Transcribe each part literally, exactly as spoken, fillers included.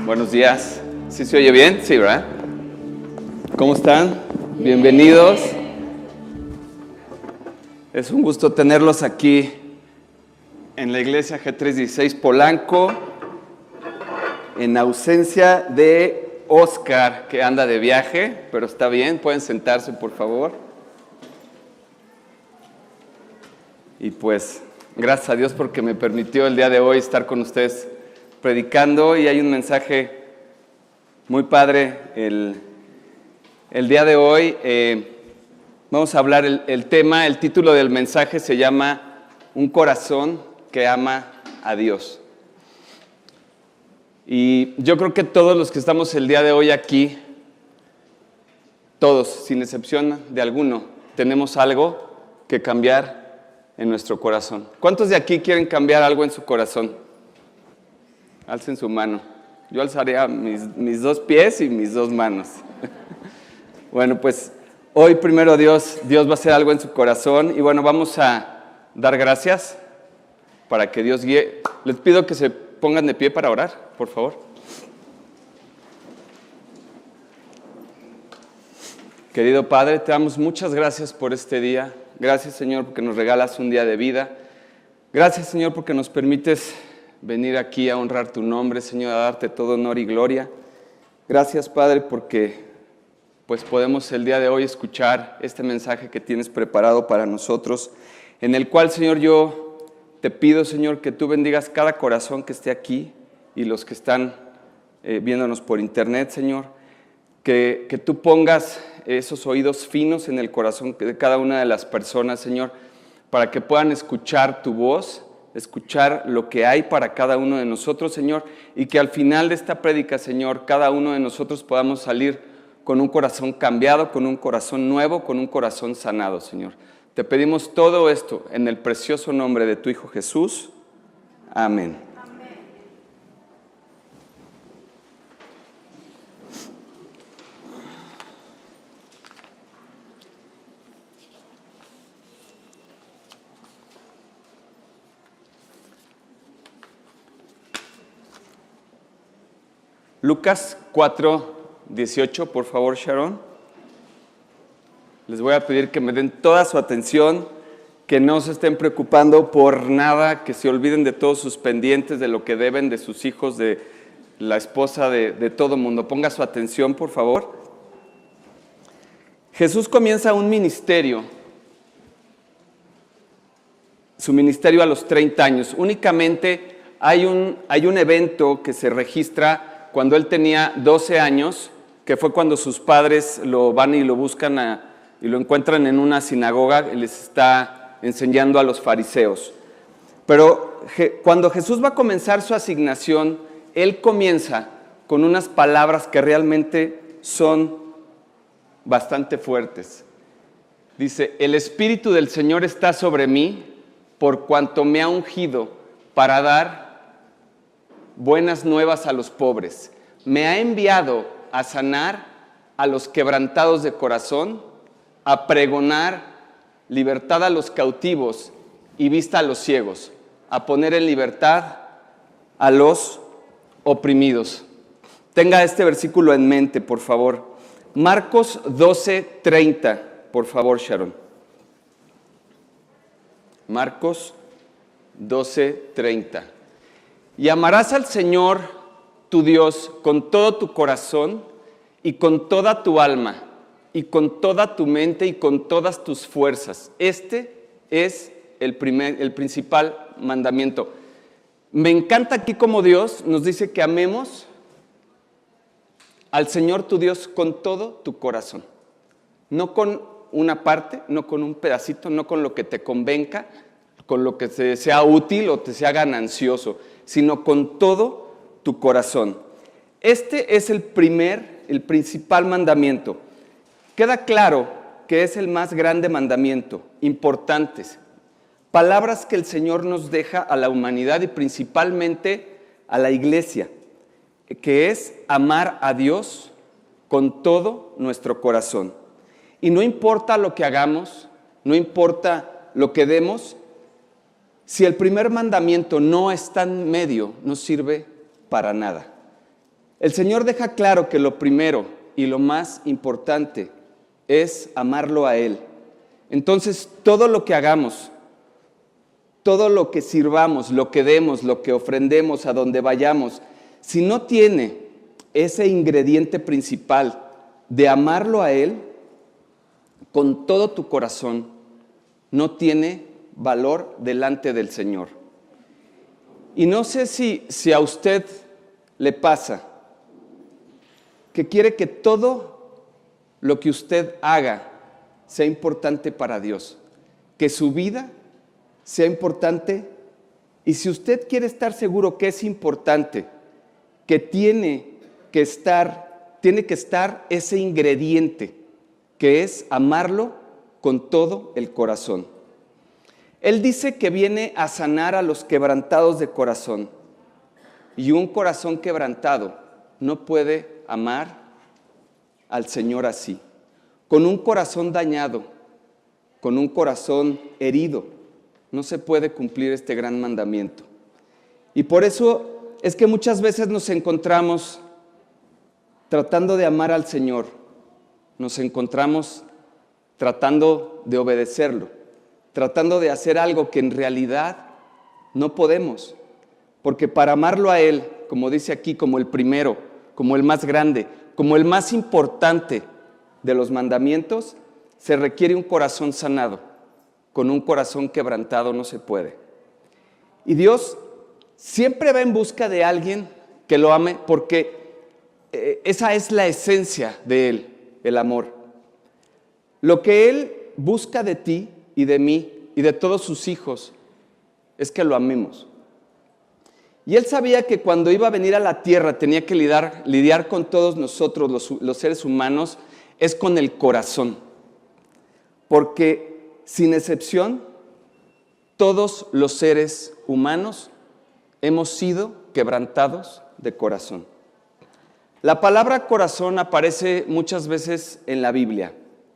Buenos días. ¿Sí se oye bien? Sí, ¿verdad? ¿Cómo están? Bienvenidos. Es un gusto tenerlos aquí en la iglesia G trescientos dieciséis Polanco, en ausencia de Oscar, que anda de viaje, pero está bien, pueden sentarse por favor. Y pues, gracias a Dios porque me permitió el día de hoy estar con ustedes predicando, y hay un mensaje muy padre el, el día de hoy. Eh, vamos a hablar el, el tema, el título del mensaje se llama Un corazón que ama a Dios. Y yo creo que todos los que estamos el día de hoy aquí, todos, sin excepción de alguno, tenemos algo que cambiar en nuestro corazón. ¿Cuántos de aquí quieren cambiar algo en su corazón? Alcen su mano. Yo alzaría mis, mis dos pies y mis dos manos. Bueno, pues hoy primero Dios, Dios va a hacer algo en su corazón. Y bueno, vamos a dar gracias para que Dios guíe. Les pido que se pongan de pie para orar, por favor. Querido Padre, te damos muchas gracias por este día. Gracias, Señor, porque nos regalas un día de vida. Gracias, Señor, porque nos permites venir aquí a honrar tu nombre, Señor, a darte todo honor y gloria. Gracias, Padre, porque pues podemos el día de hoy escuchar este mensaje que tienes preparado para nosotros, en el cual, Señor, yo te pido, Señor, que tú bendigas cada corazón que esté aquí y los que están eh, viéndonos por internet, Señor, que, que tú pongas esos oídos finos en el corazón de cada una de las personas, Señor, para que puedan escuchar tu voz, escuchar lo que hay para cada uno de nosotros, Señor, y que al final de esta prédica, Señor, cada uno de nosotros podamos salir con un corazón cambiado, con un corazón nuevo, con un corazón sanado, Señor. Te pedimos todo esto en el precioso nombre de tu Hijo Jesús. Amén. Lucas cuatro dieciocho, por favor, Sharon. Les voy a pedir que me den toda su atención, que no se estén preocupando por nada, que se olviden de todos sus pendientes, de lo que deben, de sus hijos, de la esposa, de, de todo mundo. Ponga su atención, por favor. Jesús comienza un ministerio, su ministerio a los treinta años. Únicamente hay un, hay un evento que se registra cuando él tenía doce años, que fue cuando sus padres lo van y lo buscan a, y lo encuentran en una sinagoga y les está enseñando a los fariseos. Pero je, cuando Jesús va a comenzar su asignación, él comienza con unas palabras que realmente son bastante fuertes. Dice: el Espíritu del Señor está sobre mí, por cuanto me ha ungido para dar buenas nuevas a los pobres. Me ha enviado a sanar a los quebrantados de corazón, a pregonar libertad a los cautivos y vista a los ciegos, a poner en libertad a los oprimidos. Tenga este versículo en mente, por favor. Marcos doce treinta, por favor, Sharon. Marcos doce treinta. Y amarás al Señor tu Dios con todo tu corazón y con toda tu alma y con toda tu mente y con todas tus fuerzas. Este es el, primer, el principal mandamiento. Me encanta aquí como Dios nos dice que amemos al Señor tu Dios con todo tu corazón. No con una parte, no con un pedacito, no con lo que te convenga, con lo que te sea útil o te sea ganancioso, sino con todo tu corazón. Este es el primer, el principal mandamiento. Queda claro que es el más grande mandamiento, importantes. Palabras que el Señor nos deja a la humanidad y principalmente a la iglesia, que es amar a Dios con todo nuestro corazón. Y no importa lo que hagamos, no importa lo que demos, si el primer mandamiento no está en medio, no sirve para nada. El Señor deja claro que lo primero y lo más importante es amarlo a Él. Entonces, todo lo que hagamos, todo lo que sirvamos, lo que demos, lo que ofrendemos, a donde vayamos, si no tiene ese ingrediente principal de amarlo a Él con todo tu corazón, no tiene valor delante del Señor. Y no sé si, si a usted le pasa que quiere que todo lo que usted haga sea importante para Dios, que su vida sea importante, y si usted quiere estar seguro que es importante, que tiene que estar, tiene que estar ese ingrediente, que es amarlo con todo el corazón. Él dice que viene a sanar a los quebrantados de corazón, y un corazón quebrantado no puede amar al Señor así. Con un corazón dañado, con un corazón herido, no se puede cumplir este gran mandamiento. Y por eso es que muchas veces nos encontramos tratando de amar al Señor, nos encontramos tratando de obedecerlo, tratando de hacer algo que en realidad no podemos, porque para amarlo a Él, como dice aquí, como el primero, como el más grande, como el más importante de los mandamientos, se requiere un corazón sanado. Con un corazón quebrantado no se puede. Y Dios siempre va en busca de alguien que lo ame, porque eh, esa es la esencia de Él, el amor. Lo que Él busca de ti y de mí y de todos sus hijos es que lo amemos. Y Él sabía que cuando iba a venir a la tierra tenía que lidiar, lidiar con todos nosotros, los, los seres humanos, es con el corazón. Porque sin excepción, todos los seres humanos hemos sido quebrantados de corazón. La palabra corazón aparece muchas veces en la Biblia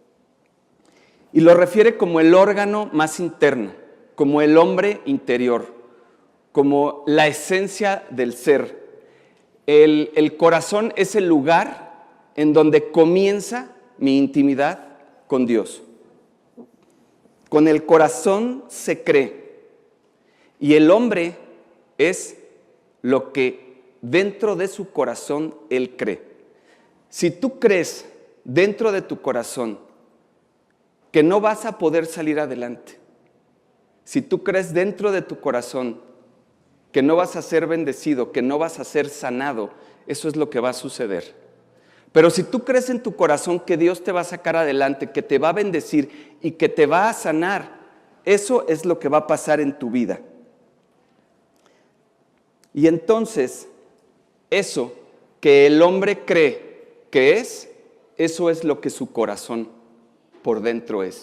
y lo refiere como el órgano más interno, como el hombre interior, como la esencia del ser. El, el corazón es el lugar en donde comienza mi intimidad con Dios. Con el corazón se cree, y el hombre es lo que dentro de su corazón él cree. Si tú crees dentro de tu corazón que no vas a poder salir adelante, si tú crees dentro de tu corazón que no vas a ser bendecido, que no vas a ser sanado, eso es lo que va a suceder. Pero si tú crees en tu corazón que Dios te va a sacar adelante, que te va a bendecir y que te va a sanar, eso es lo que va a pasar en tu vida. Y entonces, eso que el hombre cree que es, eso es lo que su corazón por dentro es.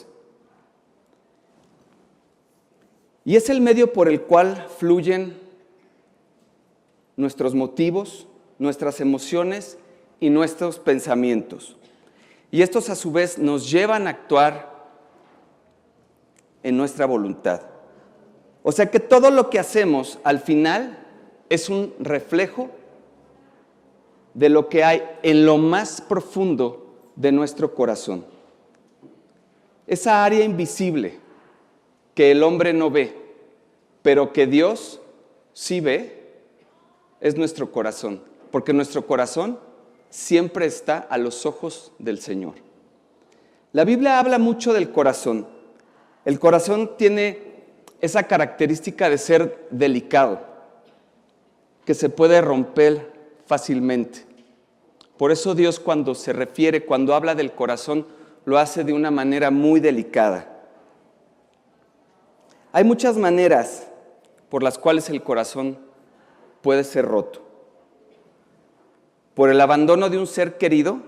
Y es el medio por el cual fluyen nuestros motivos, nuestras emociones y nuestros pensamientos. Y estos a su vez nos llevan a actuar en nuestra voluntad. O sea que todo lo que hacemos al final es un reflejo de lo que hay en lo más profundo de nuestro corazón. Esa área invisible que el hombre no ve, pero que Dios sí ve, es nuestro corazón, porque nuestro corazón siempre está a los ojos del Señor. La Biblia habla mucho del corazón. El corazón tiene esa característica de ser delicado, que se puede romper fácilmente. Por eso Dios, cuando se refiere, cuando habla del corazón, lo hace de una manera muy delicada. Hay muchas maneras por las cuales el corazón puede ser roto. Por el abandono de un ser querido,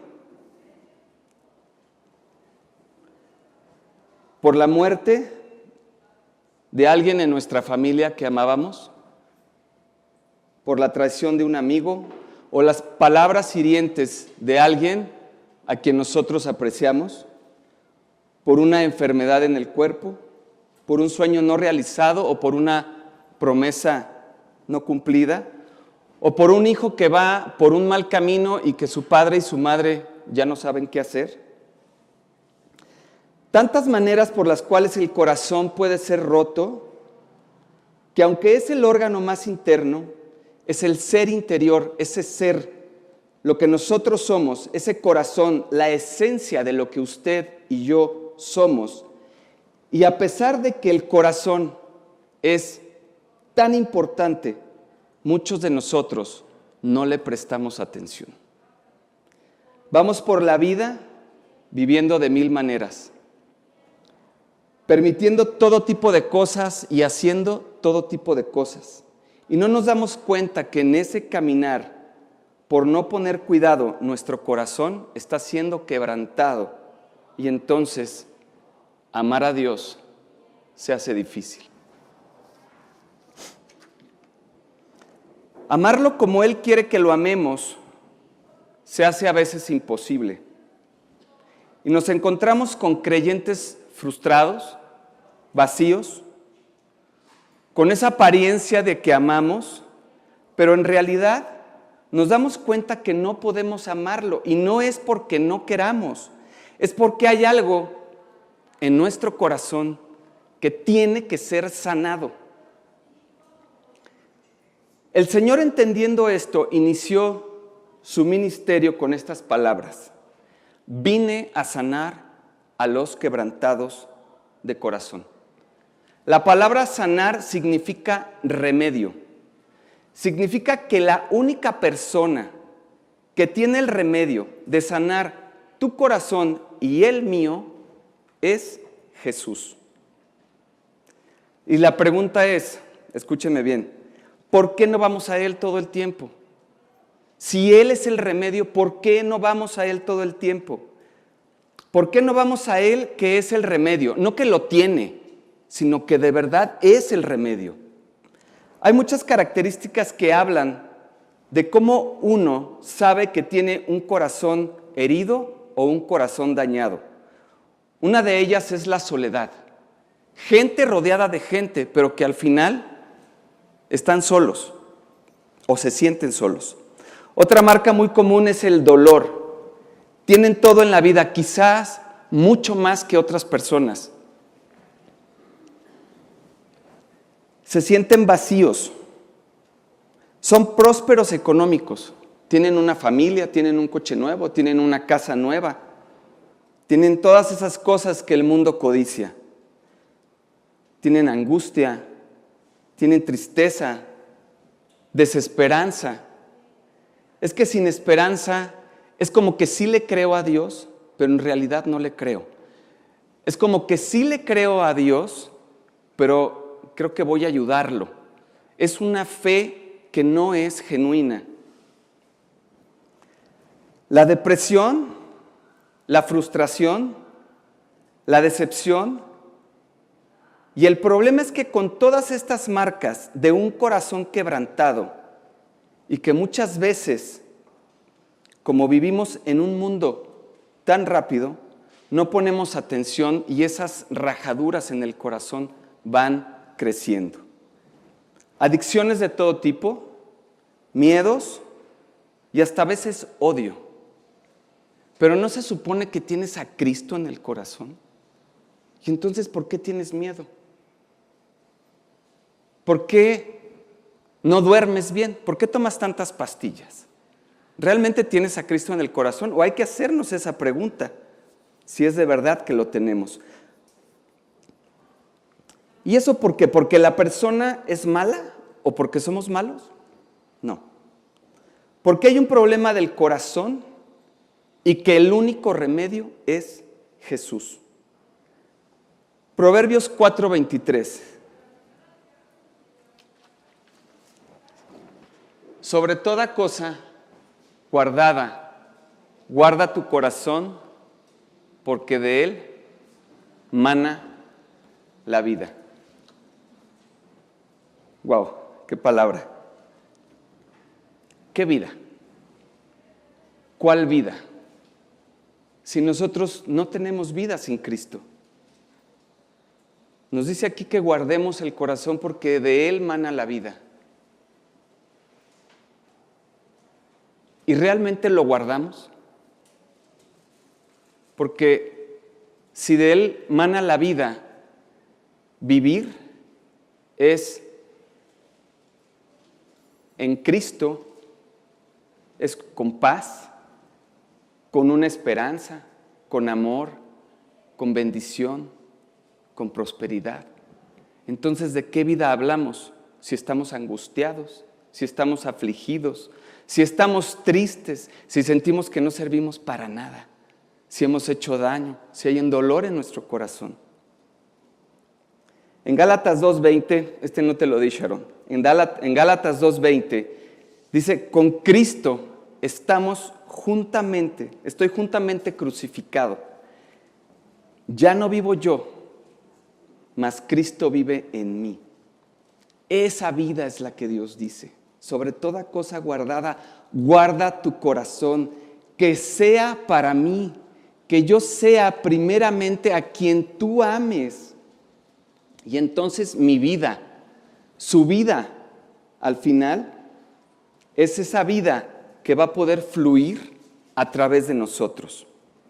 por la muerte de alguien en nuestra familia que amábamos, por la traición de un amigo o las palabras hirientes de alguien a quien nosotros apreciamos, por una enfermedad en el cuerpo, por un sueño no realizado o por una promesa no cumplida, o por un hijo que va por un mal camino y que su padre y su madre ya no saben qué hacer. Tantas maneras por las cuales el corazón puede ser roto, que aunque es el órgano más interno, es el ser interior, ese ser, lo que nosotros somos, ese corazón, la esencia de lo que usted y yo somos. Y a pesar de que el corazón es tan importante, muchos de nosotros no le prestamos atención. Vamos por la vida viviendo de mil maneras, permitiendo todo tipo de cosas y haciendo todo tipo de cosas. Y no nos damos cuenta que en ese caminar, por no poner cuidado, nuestro corazón está siendo quebrantado. Y entonces, amar a Dios se hace difícil. Amarlo como Él quiere que lo amemos se hace a veces imposible. Y nos encontramos con creyentes frustrados, vacíos, con esa apariencia de que amamos, pero en realidad nos damos cuenta que no podemos amarlo. Y no es porque no queramos, es porque hay algo en nuestro corazón que tiene que ser sanado. El Señor, entendiendo esto, inició su ministerio con estas palabras: vine a sanar a los quebrantados de corazón. La palabra sanar significa remedio. Significa que la única persona que tiene el remedio de sanar tu corazón y el mío es Jesús. Y la pregunta es, escúcheme bien, ¿por qué no vamos a Él todo el tiempo? Si Él es el remedio, ¿por qué no vamos a Él todo el tiempo? ¿Por qué no vamos a Él, que es el remedio? No que lo tiene, sino que de verdad es el remedio. Hay muchas características que hablan de cómo uno sabe que tiene un corazón herido o un corazón dañado. Una de ellas es la soledad. Gente rodeada de gente, pero que al final están solos o se sienten solos. Otra marca muy común es el dolor. Tienen todo en la vida, quizás mucho más que otras personas. Se sienten vacíos. Son prósperos económicos. Tienen una familia, tienen un coche nuevo, tienen una casa nueva. Tienen todas esas cosas que el mundo codicia. Tienen angustia, tienen tristeza, desesperanza. Es que sin esperanza es como que sí le creo a Dios, pero en realidad no le creo. Es como que sí le creo a Dios, pero creo que voy a ayudarlo. Es una fe que no es genuina. La depresión, la frustración, la decepción. Y el problema es que con todas estas marcas de un corazón quebrantado, y que muchas veces, como vivimos en un mundo tan rápido, no ponemos atención y esas rajaduras en el corazón van creciendo. Adicciones de todo tipo, miedos y hasta a veces odio. Pero ¿no se supone que tienes a Cristo en el corazón? ¿Y entonces por qué tienes miedo? ¿Por qué no duermes bien? ¿Por qué tomas tantas pastillas? ¿Realmente tienes a Cristo en el corazón? ¿O hay que hacernos esa pregunta, si es de verdad que lo tenemos? ¿Y eso por qué? ¿Porque la persona es mala o porque somos malos? No. Porque hay un problema del corazón y que el único remedio es Jesús. Proverbios cuatro veintitrés. Sobre toda cosa guardada, guarda tu corazón, porque de él mana la vida. Wow, qué palabra. ¿Qué vida? ¿Cuál vida? Si nosotros no tenemos vida sin Cristo. Nos dice aquí que guardemos el corazón porque de él mana la vida. ¿Y realmente lo guardamos? Porque si de Él mana la vida, vivir es en Cristo, es con paz, con una esperanza, con amor, con bendición, con prosperidad. Entonces, ¿de qué vida hablamos? Si estamos angustiados, si estamos afligidos, si estamos tristes, si sentimos que no servimos para nada, si hemos hecho daño, si hay un dolor en nuestro corazón. En Gálatas dos veinte, este no te lo di, Sharon, en Gálatas dos veinte dice, con Cristo estamos juntamente, estoy juntamente crucificado. Ya no vivo yo, mas Cristo vive en mí. Esa vida es la que Dios dice. Sobre toda cosa guardada, guarda tu corazón, que sea para mí, que yo sea primeramente a quien tú ames. Y entonces mi vida, su vida, al final, es esa vida que va a poder fluir a través de nosotros.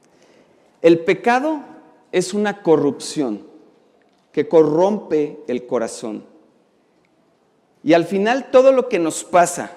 El pecado es una corrupción que corrompe el corazón. Y al final todo lo que nos pasa,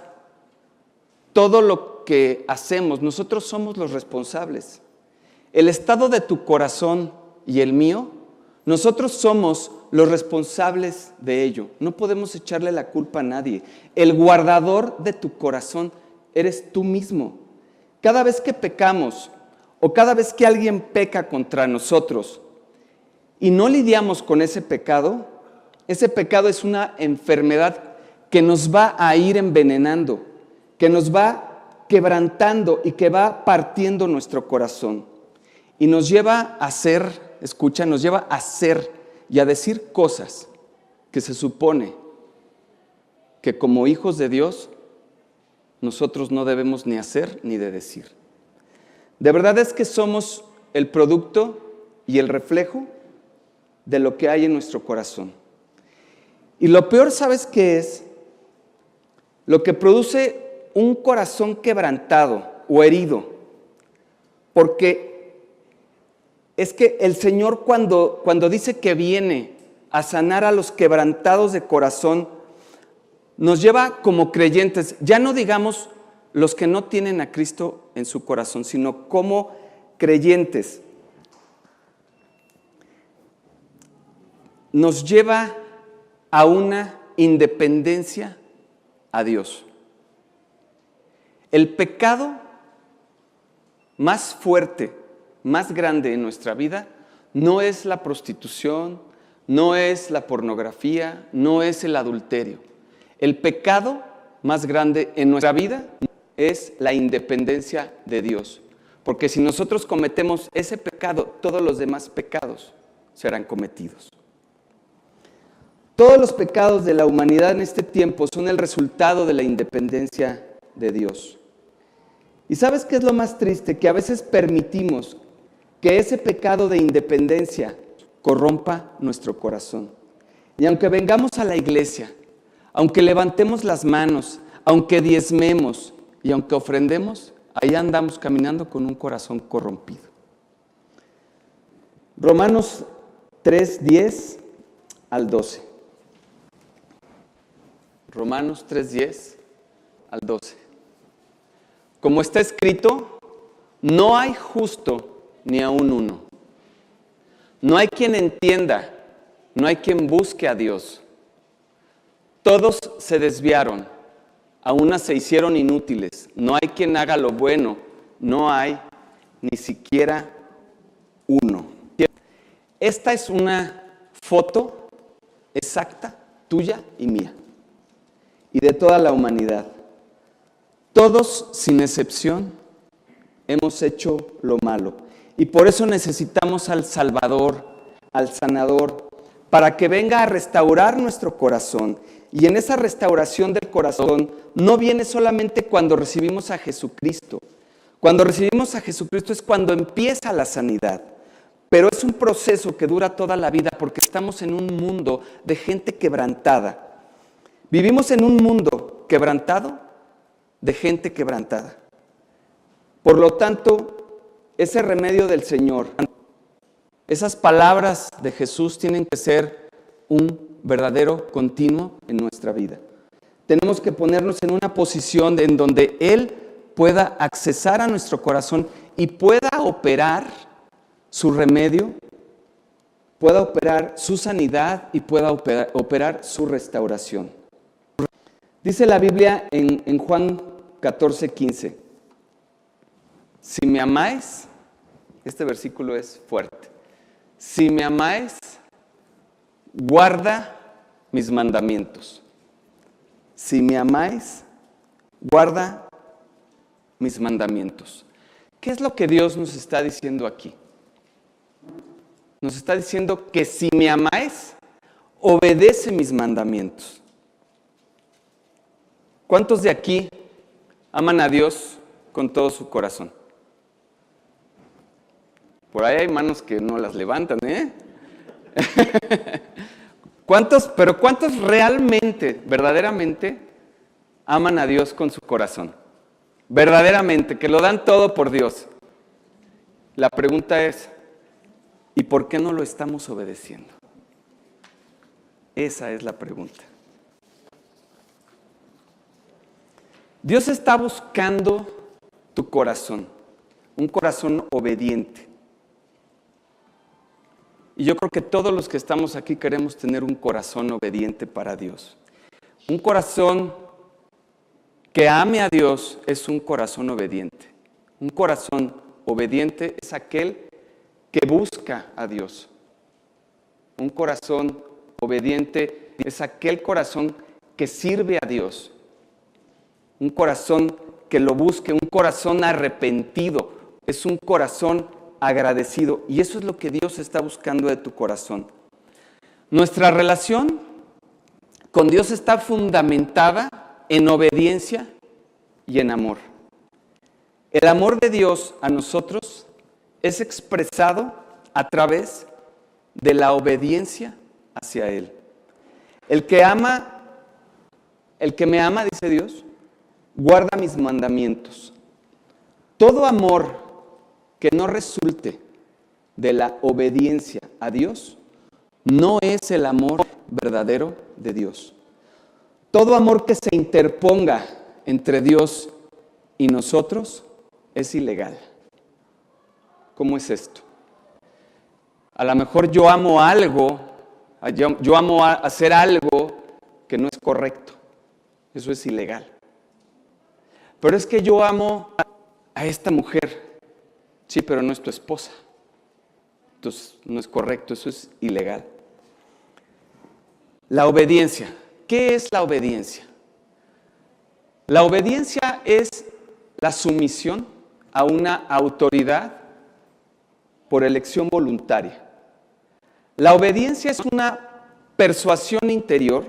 todo lo que hacemos, nosotros somos los responsables. El estado de tu corazón y el mío, nosotros somos los responsables de ello. No podemos echarle la culpa a nadie. El guardador de tu corazón eres tú mismo. Cada vez que pecamos o cada vez que alguien peca contra nosotros y no lidiamos con ese pecado, ese pecado es una enfermedad que nos va a ir envenenando, que nos va quebrantando y que va partiendo nuestro corazón. Y nos lleva a hacer, escucha, nos lleva a hacer y a decir cosas que se supone que como hijos de Dios nosotros no debemos ni hacer ni de decir. De verdad es que somos el producto y el reflejo de lo que hay en nuestro corazón. Y lo peor, ¿sabes qué es? Lo que produce un corazón quebrantado o herido, porque es que el Señor cuando, cuando dice que viene a sanar a los quebrantados de corazón, nos lleva como creyentes, ya no digamos los que no tienen a Cristo en su corazón, sino como creyentes. Nos lleva a una independencia a Dios. El pecado más fuerte, más grande en nuestra vida, no es la prostitución, no es la pornografía, no es el adulterio. El pecado más grande en nuestra vida es la independencia de Dios. Porque si nosotros cometemos ese pecado, todos los demás pecados serán cometidos. Todos los pecados de la humanidad en este tiempo son el resultado de la independencia de Dios. ¿Y sabes qué es lo más triste? Que a veces permitimos que ese pecado de independencia corrompa nuestro corazón. Y aunque vengamos a la iglesia, aunque levantemos las manos, aunque diezmemos y aunque ofrendemos, ahí andamos caminando con un corazón corrompido. Romanos tres, diez al doce. Romanos tres, diez al doce. Como está escrito, no hay justo ni aun uno. No hay quien entienda, no hay quien busque a Dios. Todos se desviaron, a unas se hicieron inútiles. No hay quien haga lo bueno, no hay ni siquiera uno. Esta es una foto exacta tuya y mía, y de toda la humanidad. Todos, sin excepción, hemos hecho lo malo. Y por eso necesitamos al Salvador, al Sanador, para que venga a restaurar nuestro corazón. Y en esa restauración del corazón no viene solamente cuando recibimos a Jesucristo. Cuando recibimos a Jesucristo es cuando empieza la sanidad. Pero es un proceso que dura toda la vida porque estamos en un mundo de gente quebrantada. Vivimos en un mundo quebrantado de gente quebrantada. Por lo tanto, ese remedio del Señor, esas palabras de Jesús tienen que ser un verdadero continuo en nuestra vida. Tenemos que ponernos en una posición en donde Él pueda accesar a nuestro corazón y pueda operar su remedio, pueda operar su sanidad y pueda operar, operar su restauración. Dice la Biblia en, en Juan catorce, quince, si me amáis, este versículo es fuerte, si me amáis, guarda mis mandamientos. Si me amáis, guarda mis mandamientos. ¿Qué es lo que Dios nos está diciendo aquí? Nos está diciendo que si me amáis, obedece mis mandamientos. ¿Cuántos de aquí aman a Dios con todo su corazón? Por ahí hay manos que no las levantan, ¿eh? ¿Cuántos, pero cuántos realmente, verdaderamente aman a Dios con su corazón? Verdaderamente, que lo dan todo por Dios. La pregunta es, ¿y por qué no lo estamos obedeciendo? Esa es la pregunta. Dios está buscando tu corazón, un corazón obediente. Y yo creo que todos los que estamos aquí queremos tener un corazón obediente para Dios. Un corazón que ame a Dios es un corazón obediente. Un corazón obediente es aquel que busca a Dios. Un corazón obediente es aquel corazón que sirve a Dios. Un corazón que lo busque, un corazón arrepentido. Es un corazón agradecido. Y eso es lo que Dios está buscando de tu corazón. Nuestra relación con Dios está fundamentada en obediencia y en amor. El amor de Dios a nosotros es expresado a través de la obediencia hacia Él. El que ama, el que me ama, dice Dios, guarda mis mandamientos. Todo amor que no resulte de la obediencia a Dios no es el amor verdadero de Dios. Todo amor que se interponga entre Dios y nosotros es ilegal. ¿Cómo es esto? A lo mejor yo amo algo, yo, yo amo a hacer algo que no es correcto. Eso es ilegal. Pero es que yo amo a, a esta mujer. Sí, pero no es tu esposa. Entonces no es correcto, eso es ilegal. La obediencia. ¿Qué es la obediencia? La obediencia es la sumisión a una autoridad por elección voluntaria. La obediencia es una persuasión interior.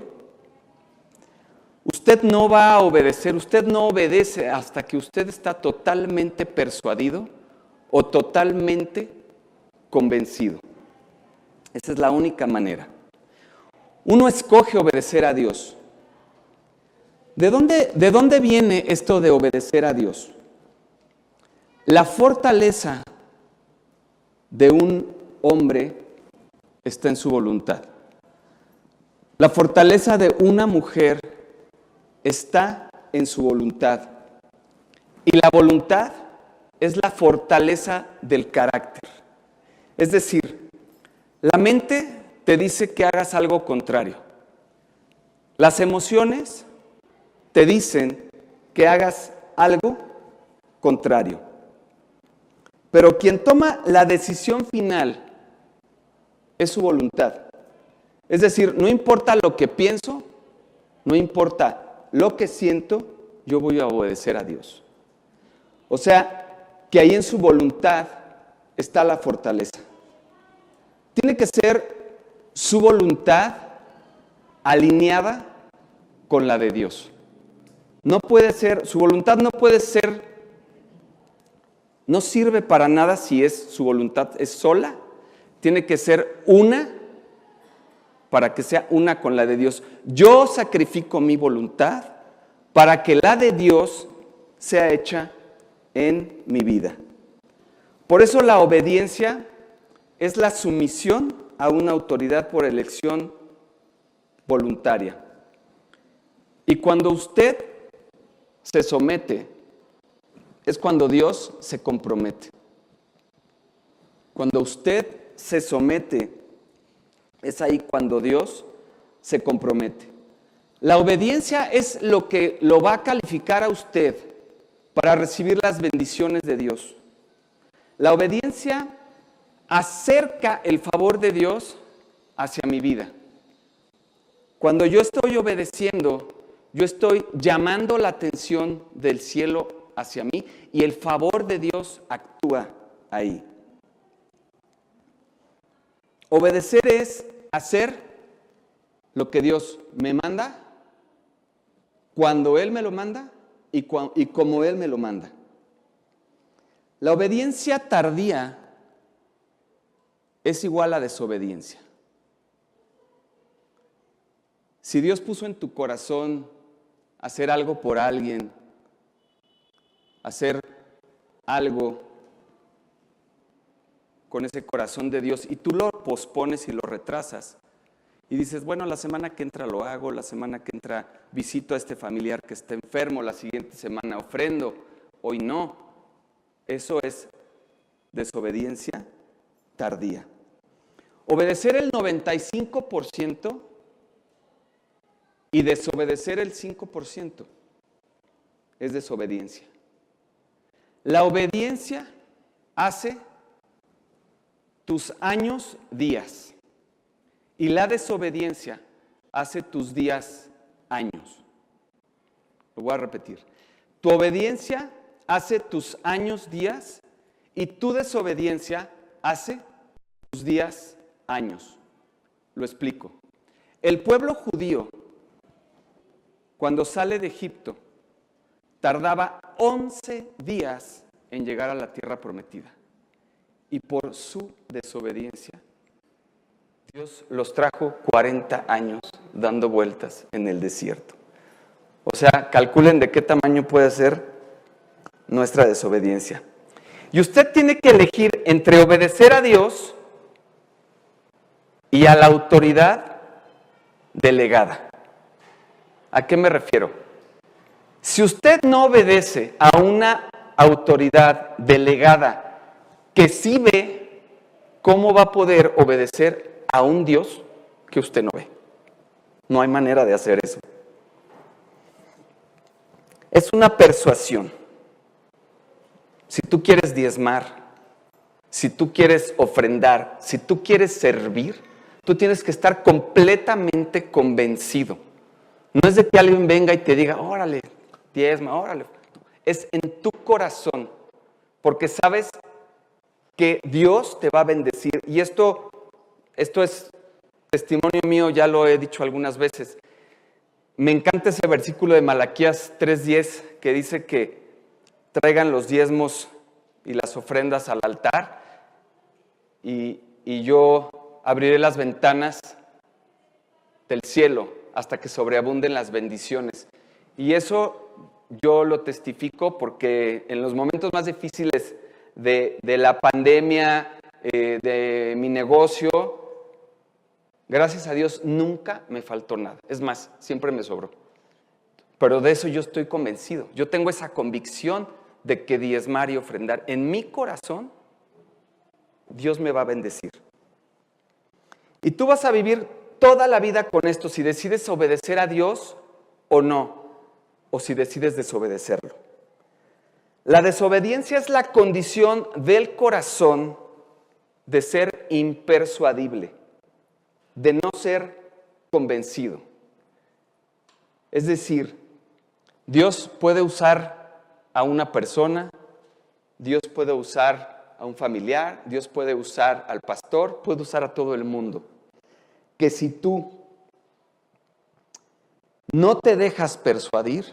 Usted no va a obedecer, usted no obedece hasta que usted está totalmente persuadido o totalmente convencido. Esa es la única manera. Uno escoge obedecer a Dios. ¿De dónde, de dónde viene esto de obedecer a Dios? La fortaleza de un hombre está en su voluntad. La fortaleza de una mujer está en su voluntad. Y la voluntad es la fortaleza del carácter. Es decir, la mente te dice que hagas algo contrario. Las emociones te dicen que hagas algo contrario. Pero quien toma la decisión final es su voluntad. Es decir, no importa lo que pienso, no importa lo que siento, yo voy a obedecer a Dios. O sea, que ahí en su voluntad está la fortaleza. Tiene que ser su voluntad alineada con la de Dios. No puede ser, su voluntad no puede ser, no sirve para nada si es su voluntad es sola. Tiene que ser una para que sea una con la de Dios. Yo sacrifico mi voluntad para que la de Dios sea hecha en mi vida. Por eso la obediencia es la sumisión a una autoridad por elección voluntaria. Y cuando usted se somete, es cuando Dios se compromete. Cuando usted se somete, es ahí cuando Dios se compromete. La obediencia es lo que lo va a calificar a usted para recibir las bendiciones de Dios. La obediencia acerca el favor de Dios hacia mi vida. Cuando yo estoy obedeciendo, yo estoy llamando la atención del cielo hacia mí y el favor de Dios actúa ahí. Obedecer es hacer lo que Dios me manda, cuando Él me lo manda y, cu- y como Él me lo manda. La obediencia tardía es igual a desobediencia. Si Dios puso en tu corazón hacer algo por alguien, hacer algo con ese corazón de Dios y tú lo pospones y lo retrasas y dices, bueno, la semana que entra lo hago, la semana que entra visito a este familiar que está enfermo, la siguiente semana ofrendo, hoy no. Eso es desobediencia tardía. Obedecer el noventa y cinco por ciento y desobedecer el cinco por ciento es desobediencia. La obediencia hace tus años días y la desobediencia hace tus días años. Lo voy a repetir. Tu obediencia hace tus años días y tu desobediencia hace tus días años. Lo explico. El pueblo judío, cuando sale de Egipto, tardaba once días en llegar a la tierra prometida. Y por su desobediencia, Dios los trajo cuarenta años dando vueltas en el desierto. O sea, calculen de qué tamaño puede ser nuestra desobediencia. Y usted tiene que elegir entre obedecer a Dios y a la autoridad delegada. ¿A qué me refiero? Si usted no obedece a una autoridad delegada que sí ve, ¿cómo va a poder obedecer a un Dios que usted no ve? No hay manera de hacer eso. Es una persuasión. Si tú quieres diezmar, si tú quieres ofrendar, si tú quieres servir, tú tienes que estar completamente convencido. No es de que alguien venga y te diga, órale, diezma, órale. Es en tu corazón, porque sabes que Dios te va a bendecir. Y esto, esto es testimonio mío, ya lo he dicho algunas veces. Me encanta ese versículo de Malaquías tres diez que dice que traigan los diezmos y las ofrendas al altar y, y yo abriré las ventanas del cielo hasta que sobreabunden las bendiciones. Y eso yo lo testifico porque en los momentos más difíciles de, de la pandemia, eh, de mi negocio, gracias a Dios nunca me faltó nada. Es más, siempre me sobró. Pero de eso yo estoy convencido. Yo tengo esa convicción de que diezmar y ofrendar en mi corazón, Dios me va a bendecir. Y tú vas a vivir toda la vida con esto, si decides obedecer a Dios o no, o si decides desobedecerlo. La desobediencia es la condición del corazón de ser impersuadible, de no ser convencido. Es decir, Dios puede usar a una persona, Dios puede usar a un familiar, Dios puede usar al pastor, puede usar a todo el mundo. Que si tú no te dejas persuadir,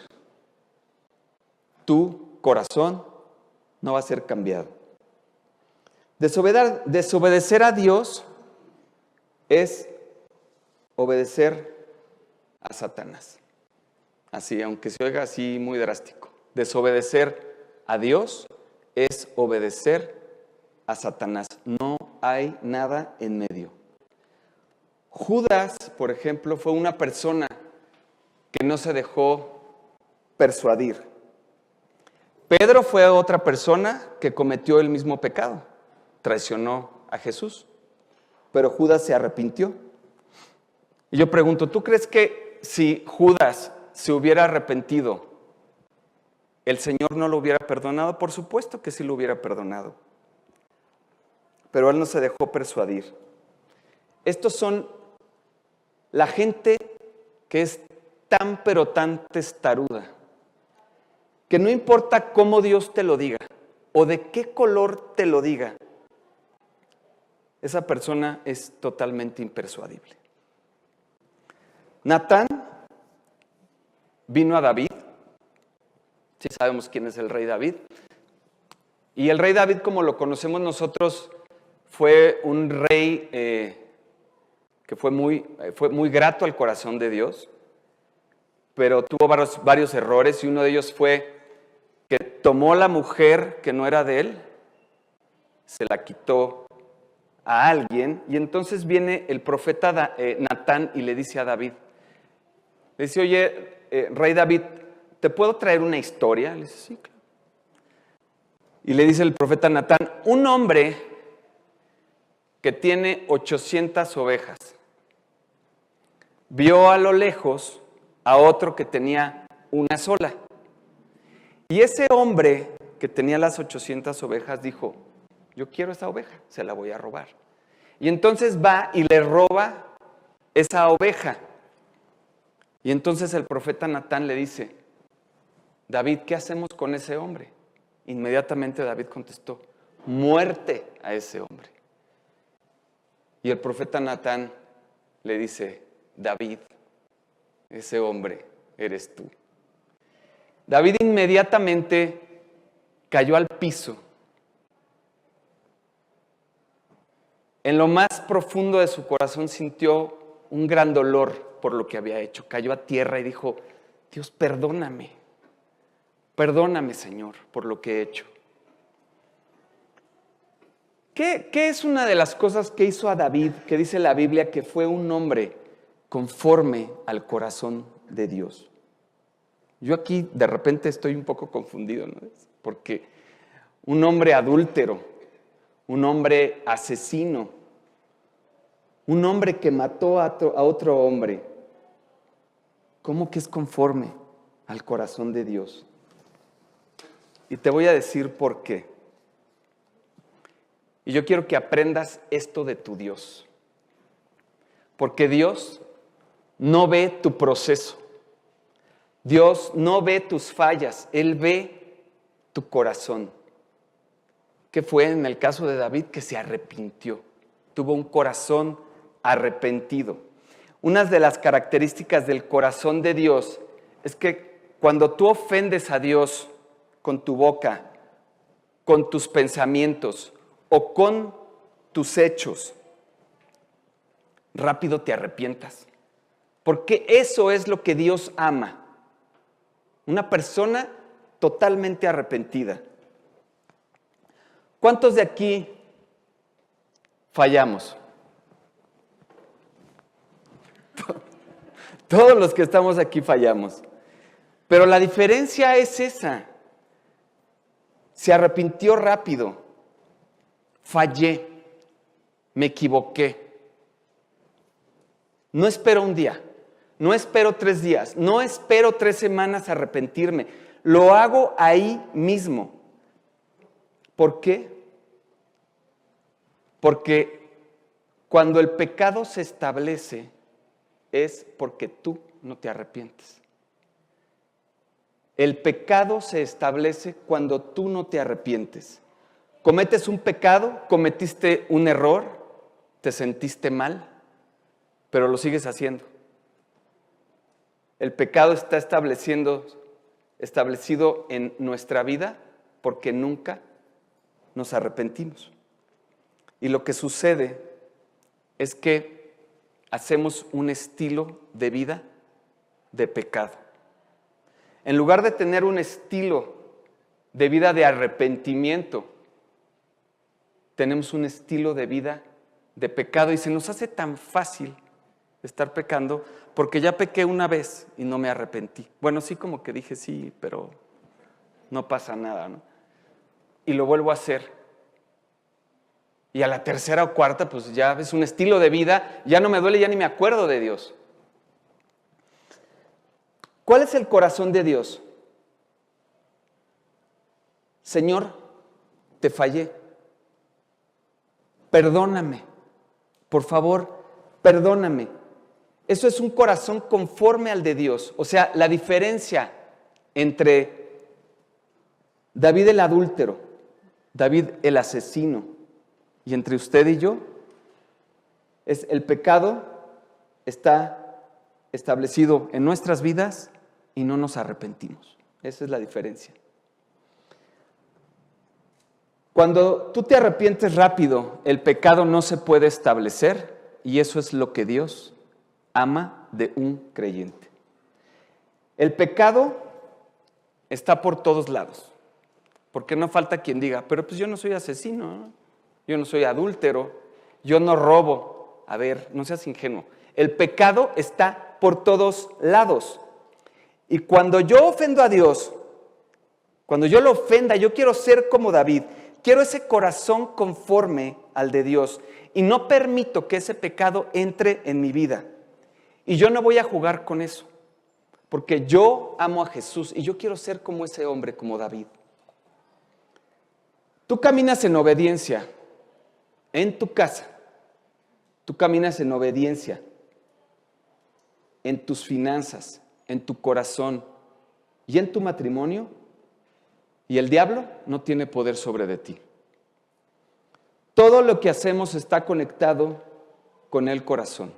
tu corazón no va a ser cambiado. Desobeder- desobedecer a Dios es obedecer a Satanás. Así, aunque se oiga así muy drástico. Desobedecer a Dios es obedecer a Satanás. No hay nada en medio. Judas, por ejemplo, fue una persona que no se dejó persuadir. Pedro fue otra persona que cometió el mismo pecado, traicionó a Jesús, pero Judas se arrepintió. Y yo pregunto, ¿tú crees que si Judas se hubiera arrepentido, el Señor no lo hubiera perdonado? Por supuesto que sí lo hubiera perdonado, pero él no se dejó persuadir. Estos son la gente que es tan pero tan testaruda, que no importa cómo Dios te lo diga o de qué color te lo diga, esa persona es totalmente impersuadible. Natán vino a David, sí sabemos quién es el rey David, y el rey David, como lo conocemos nosotros, fue un rey eh, que fue muy, fue muy grato al corazón de Dios, pero tuvo varios, varios errores, y uno de ellos fue que tomó la mujer que no era de él, se la quitó a alguien, y entonces viene el profeta da, eh, Natán y le dice a David, le dice, oye, eh, rey David, ¿te puedo traer una historia? Le dice, sí, claro. Y le dice el profeta Natán, un hombre que tiene ochocientas ovejas, vio a lo lejos a otro que tenía una sola. Y ese hombre que tenía las ochocientas ovejas dijo, yo quiero esa oveja, se la voy a robar. Y entonces va y le roba esa oveja. Y entonces el profeta Natán le dice, David, ¿qué hacemos con ese hombre? Inmediatamente David contestó, muerte a ese hombre. Y el profeta Natán le dice, David, ese hombre eres tú. David inmediatamente cayó al piso. En lo más profundo de su corazón sintió un gran dolor por lo que había hecho. Cayó a tierra y dijo, Dios, perdóname. Perdóname, Señor, por lo que he hecho. ¿Qué, qué es una de las cosas que hizo a David, que dice la Biblia que fue un hombre conforme al corazón de Dios? Yo aquí de repente estoy un poco confundido, ¿no? Porque un hombre adúltero, un hombre asesino, un hombre que mató a otro, a otro hombre, ¿cómo que es conforme al corazón de Dios? Y te voy a decir por qué. Y yo quiero que aprendas esto de tu Dios. Porque Dios no ve tu proceso. Dios no ve tus fallas. Él ve tu corazón. ¿Qué fue en el caso de David? Que se arrepintió. Tuvo un corazón arrepentido. Una de las características del corazón de Dios es que cuando tú ofendes a Dios con tu boca, con tus pensamientos o con tus hechos, rápido te arrepientas. Porque eso es lo que Dios ama. Una persona totalmente arrepentida. ¿Cuántos de aquí fallamos? Todos los que estamos aquí fallamos. Pero la diferencia es esa. Se arrepintió rápido. Fallé. Me equivoqué. No espero un día. No espero tres días. No espero tres semanas a arrepentirme. Lo hago ahí mismo. ¿Por qué? Porque cuando el pecado se establece es porque tú no te arrepientes. El pecado se establece cuando tú no te arrepientes. Cometes un pecado, cometiste un error, te sentiste mal, pero lo sigues haciendo. El pecado está estableciendo, establecido en nuestra vida porque nunca nos arrepentimos. Y lo que sucede es que hacemos un estilo de vida de pecado. En lugar de tener un estilo de vida de arrepentimiento, tenemos un estilo de vida de pecado y se nos hace tan fácil estar pecando porque ya pequé una vez y no me arrepentí. Bueno, sí, como que dije sí, pero no pasa nada, ¿no? Y lo vuelvo a hacer. Y a la tercera o cuarta, pues ya es un estilo de vida, ya no me duele, ya ni me acuerdo de Dios. ¿Cuál es el corazón de Dios? Señor, te fallé. Perdóname. Por favor, perdóname. Eso es un corazón conforme al de Dios. O sea, la diferencia entre David el adúltero, David el asesino, y entre usted y yo, es el pecado está establecido en nuestras vidas y no nos arrepentimos. Esa es la diferencia. Cuando tú te arrepientes rápido, el pecado no se puede establecer y eso es lo que Dios ama de un creyente. El pecado está por todos lados, porque no falta quien diga, pero pues yo no soy asesino, ¿no? Yo no soy adúltero, yo no robo. A ver, no seas ingenuo. El pecado está por todos lados. Y cuando yo ofendo a Dios, cuando yo lo ofenda, yo quiero ser como David. Quiero ese corazón conforme al de Dios. Y no permito que ese pecado entre en mi vida. Y yo no voy a jugar con eso. Porque yo amo a Jesús y yo quiero ser como ese hombre, como David. Tú caminas en obediencia. En tu casa, tú caminas en obediencia, en tus finanzas, en tu corazón y en tu matrimonio, y el diablo no tiene poder sobre de ti. Todo lo que hacemos está conectado con el corazón.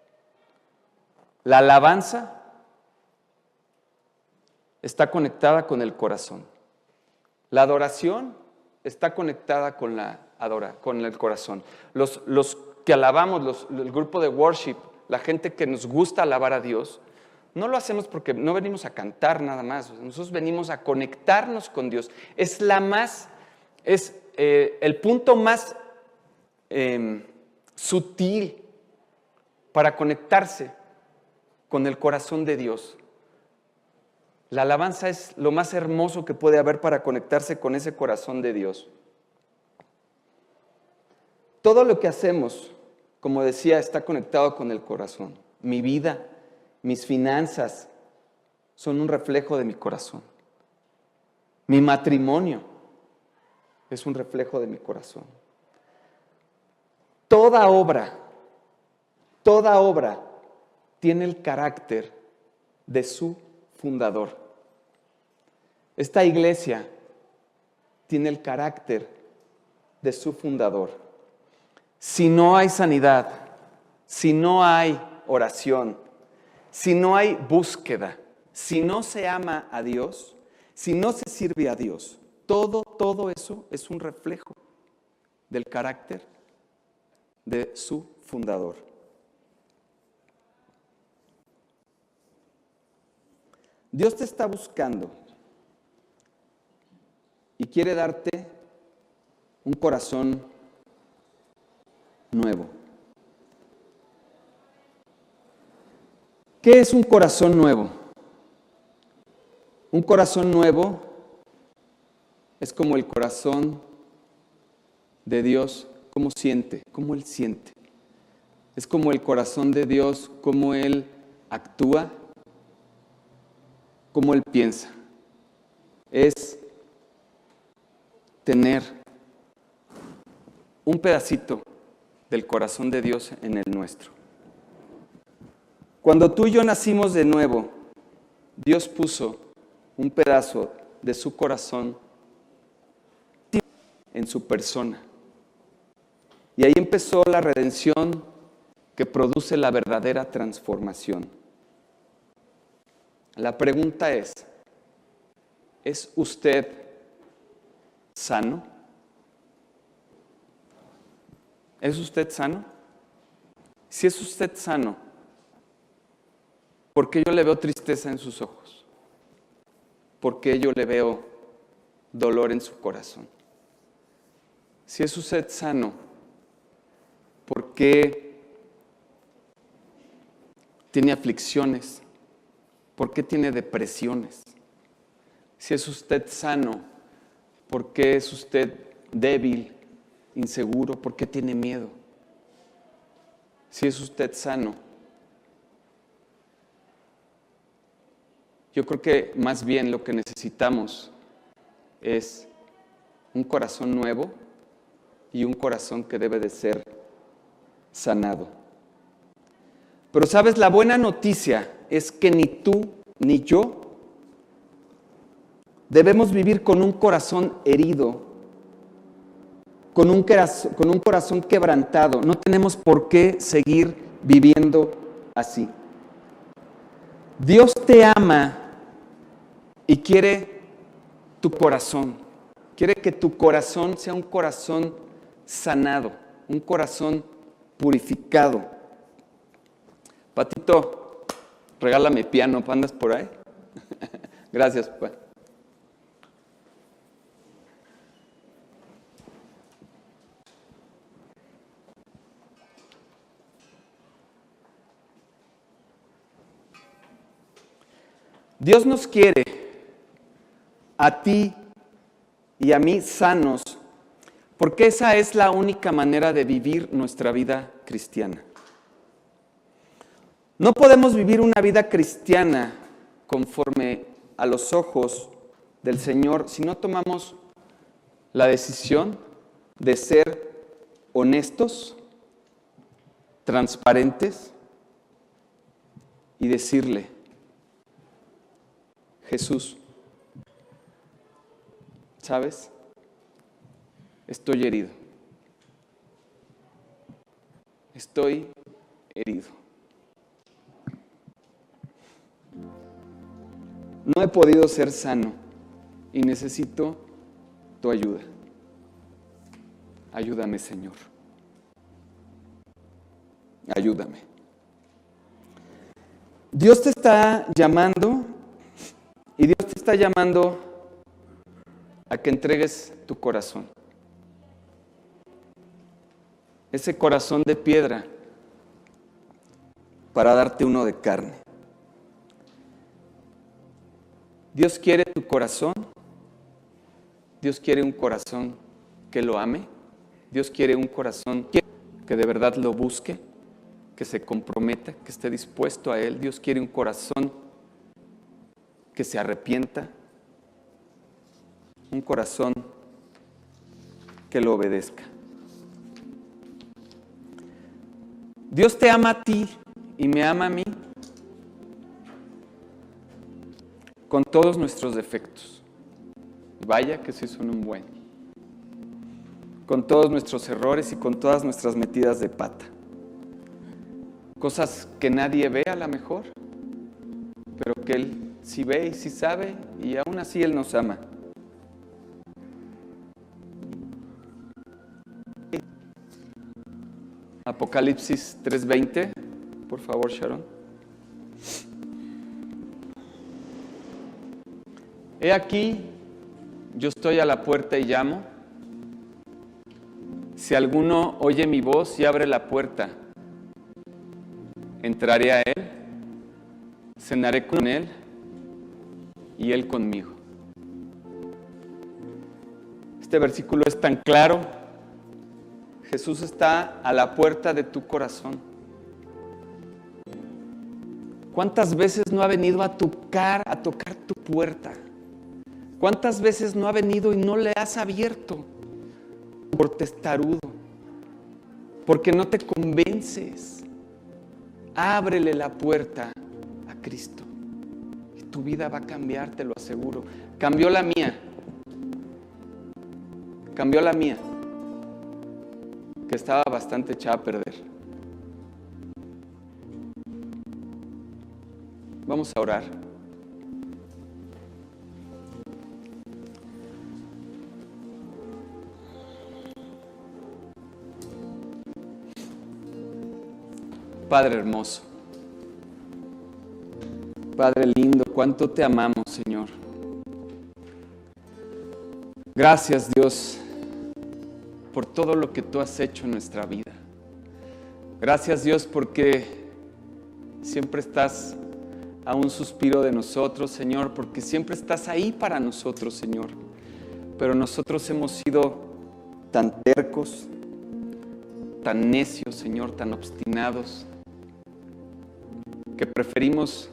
La alabanza está conectada con el corazón. La adoración está conectada con la adora, con el corazón. Los, los que alabamos, los, el grupo de worship, la gente que nos gusta alabar a Dios, no lo hacemos porque no venimos a cantar nada más. Nosotros venimos a conectarnos con Dios. Es la más, es eh, el punto más eh, sutil para conectarse con el corazón de Dios. La alabanza es lo más hermoso que puede haber para conectarse con ese corazón de Dios. Todo lo que hacemos, como decía, está conectado con el corazón. Mi vida, mis finanzas son un reflejo de mi corazón. Mi matrimonio es un reflejo de mi corazón. Toda obra, toda obra tiene el carácter de su fundador. Esta iglesia tiene el carácter de su fundador. Si no hay sanidad, si no hay oración, si no hay búsqueda, si no se ama a Dios, si no se sirve a Dios, todo, todo eso es un reflejo del carácter de su fundador. Dios te está buscando y quiere darte un corazón nuevo. ¿Qué es un corazón nuevo? Un corazón nuevo es como el corazón de Dios, cómo siente, cómo Él siente. Es como el corazón de Dios, cómo Él actúa, cómo Él piensa. Es tener un pedacito del corazón de Dios en el nuestro. Cuando tú y yo nacimos de nuevo, Dios puso un pedazo de su corazón en su persona. Y ahí empezó la redención que produce la verdadera transformación. La pregunta es, ¿es usted sano? ¿Es usted sano? Si es usted sano, ¿por qué yo le veo tristeza en sus ojos? ¿Por qué yo le veo dolor en su corazón? Si es usted sano, ¿por qué tiene aflicciones? ¿Por qué tiene depresiones? Si es usted sano, ¿por qué es usted débil, inseguro? ¿Por qué tiene miedo? Si es usted sano, yo creo que más bien lo que necesitamos es un corazón nuevo y un corazón que debe de ser sanado. Pero sabes, la buena noticia es que ni tú ni yo debemos vivir con un corazón herido, con un corazón, con un corazón quebrantado. No tenemos por qué seguir viviendo así. Dios te ama y quiere tu corazón. Quiere que tu corazón sea un corazón sanado, un corazón purificado. Patito, regálame piano, ¿andas por ahí? Gracias, papá. Dios nos quiere a ti y a mí sanos, porque esa es la única manera de vivir nuestra vida cristiana. No podemos vivir una vida cristiana conforme a los ojos del Señor si no tomamos la decisión de ser honestos, transparentes y decirle: Jesús, ¿sabes? Estoy herido. Estoy herido. No he podido ser sano y necesito tu ayuda. Ayúdame, Señor. Ayúdame. Dios te está llamando y Dios te está llamando a que entregues tu corazón. Ese corazón de piedra para darte uno de carne. Dios quiere tu corazón. Dios quiere un corazón que lo ame. Dios quiere un corazón que de verdad lo busque, que se comprometa, que esté dispuesto a Él. Dios quiere un corazón que se arrepienta, un corazón que lo obedezca. Dios te ama a ti y me ama a mí con todos nuestros defectos. Vaya que sí son un buen. Con todos nuestros errores y con todas nuestras metidas de pata. Cosas que nadie ve a lo mejor, pero que Él sí ve y sí sabe, y aún así Él nos ama. Apocalipsis tres veinte, por favor, Sharon. He aquí, yo estoy a la puerta y llamo. Si alguno oye mi voz y abre la puerta, entraré a Él, cenaré con Él y Él conmigo. Este versículo es tan claro. Jesús está a la puerta de tu corazón. ¿Cuántas veces no ha venido a tocar, a tocar tu puerta? ¿Cuántas veces no ha venido y no le has abierto? Por testarudo, porque no te convences. Ábrele la puerta a Cristo y tu vida va a cambiar, te lo aseguro. Cambió la mía. Cambió la mía, que estaba bastante echada a perder. Vamos a orar. Padre hermoso, Padre lindo, cuánto te amamos, Señor. Gracias, Dios, por todo lo que tú has hecho en nuestra vida. Gracias, Dios, porque siempre estás a un suspiro de nosotros, Señor, porque siempre estás ahí para nosotros, Señor. Pero nosotros hemos sido tan tercos, tan necios, Señor, tan obstinados, que preferimos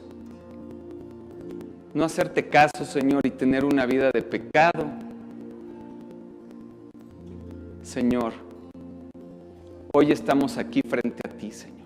no hacerte caso, Señor, y tener una vida de pecado. Señor, hoy estamos aquí frente a ti, Señor.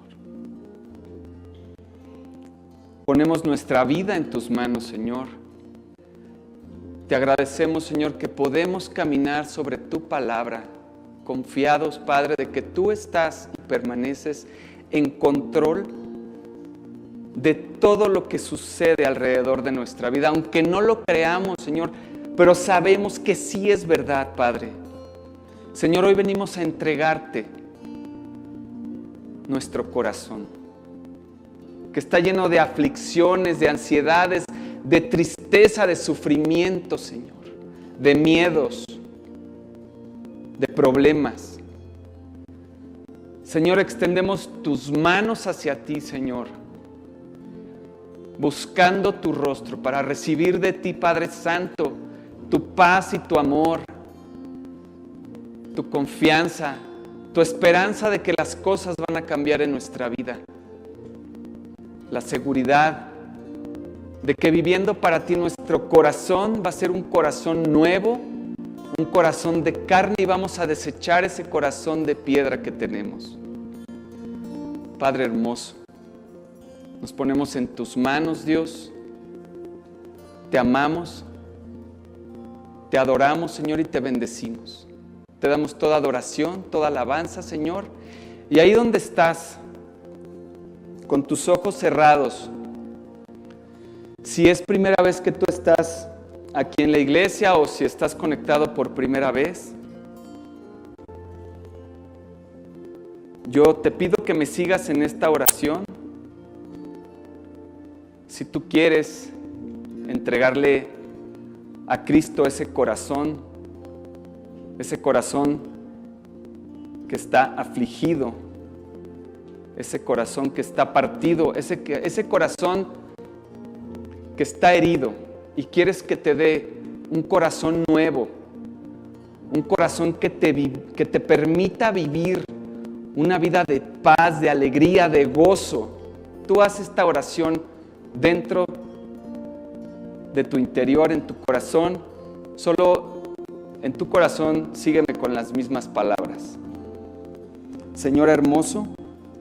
Ponemos nuestra vida en tus manos, Señor. Te agradecemos, Señor, que podemos caminar sobre tu palabra, confiados, Padre, de que tú estás y permaneces en control de todo lo que sucede alrededor de nuestra vida, aunque no lo creamos, Señor, pero sabemos que sí es verdad, Padre. Señor, hoy venimos a entregarte nuestro corazón, que está lleno de aflicciones, de ansiedades, de tristeza, de sufrimiento, Señor, de miedos, de problemas. Señor, extendemos tus manos hacia ti, Señor, buscando tu rostro para recibir de ti, Padre Santo, tu paz y tu amor, tu confianza, tu esperanza de que las cosas van a cambiar en nuestra vida. La seguridad de que viviendo para ti nuestro corazón va a ser un corazón nuevo, un corazón de carne, y vamos a desechar ese corazón de piedra que tenemos. Padre hermoso, nos ponemos en tus manos, Dios. Te amamos, te adoramos, Señor, y te bendecimos. Te damos toda adoración, toda alabanza, Señor. Y ahí donde estás, con tus ojos cerrados, si es primera vez que tú estás aquí en la iglesia o si estás conectado por primera vez, yo te pido que me sigas en esta oración. Si tú quieres entregarle a Cristo ese corazón, ese corazón que está afligido, ese corazón que está partido, ese, ese corazón que está herido, y quieres que te dé un corazón nuevo, un corazón que te, que te permita vivir una vida de paz, de alegría, de gozo. Tú haz esta oración dentro de tu interior, en tu corazón. Solo en tu corazón sígueme con las mismas palabras. Señor hermoso,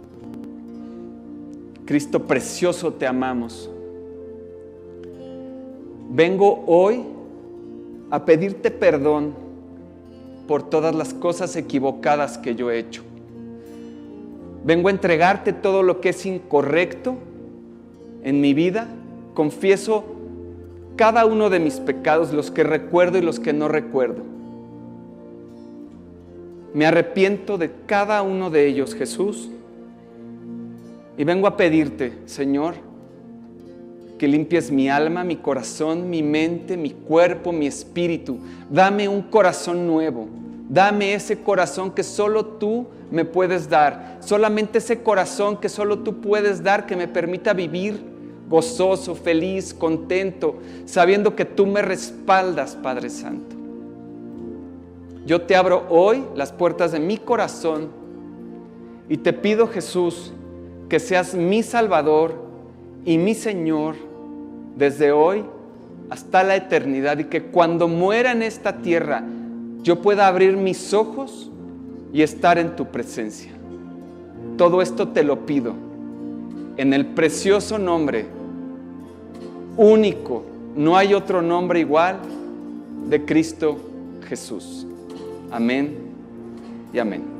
Cristo precioso, te amamos. Vengo hoy a pedirte perdón por todas las cosas equivocadas que yo he hecho. Vengo a entregarte todo lo que es incorrecto en mi vida. Confieso cada uno de mis pecados, los que recuerdo y los que no recuerdo. Me arrepiento de cada uno de ellos, Jesús. Y vengo a pedirte, Señor, que limpies mi alma, mi corazón, mi mente, mi cuerpo, mi espíritu. Dame un corazón nuevo. Dame ese corazón que solo tú me puedes dar. Solamente ese corazón que solo tú puedes dar, que me permita vivir gozoso, feliz, contento, sabiendo que tú me respaldas, Padre Santo. Yo te abro hoy las puertas de mi corazón y te pido, Jesús, que seas mi Salvador y mi Señor desde hoy hasta la eternidad, y que cuando muera en esta tierra yo pueda abrir mis ojos y estar en tu presencia. Todo esto te lo pido en el precioso nombre único, no hay otro nombre igual, de Cristo Jesús. Amén y amén.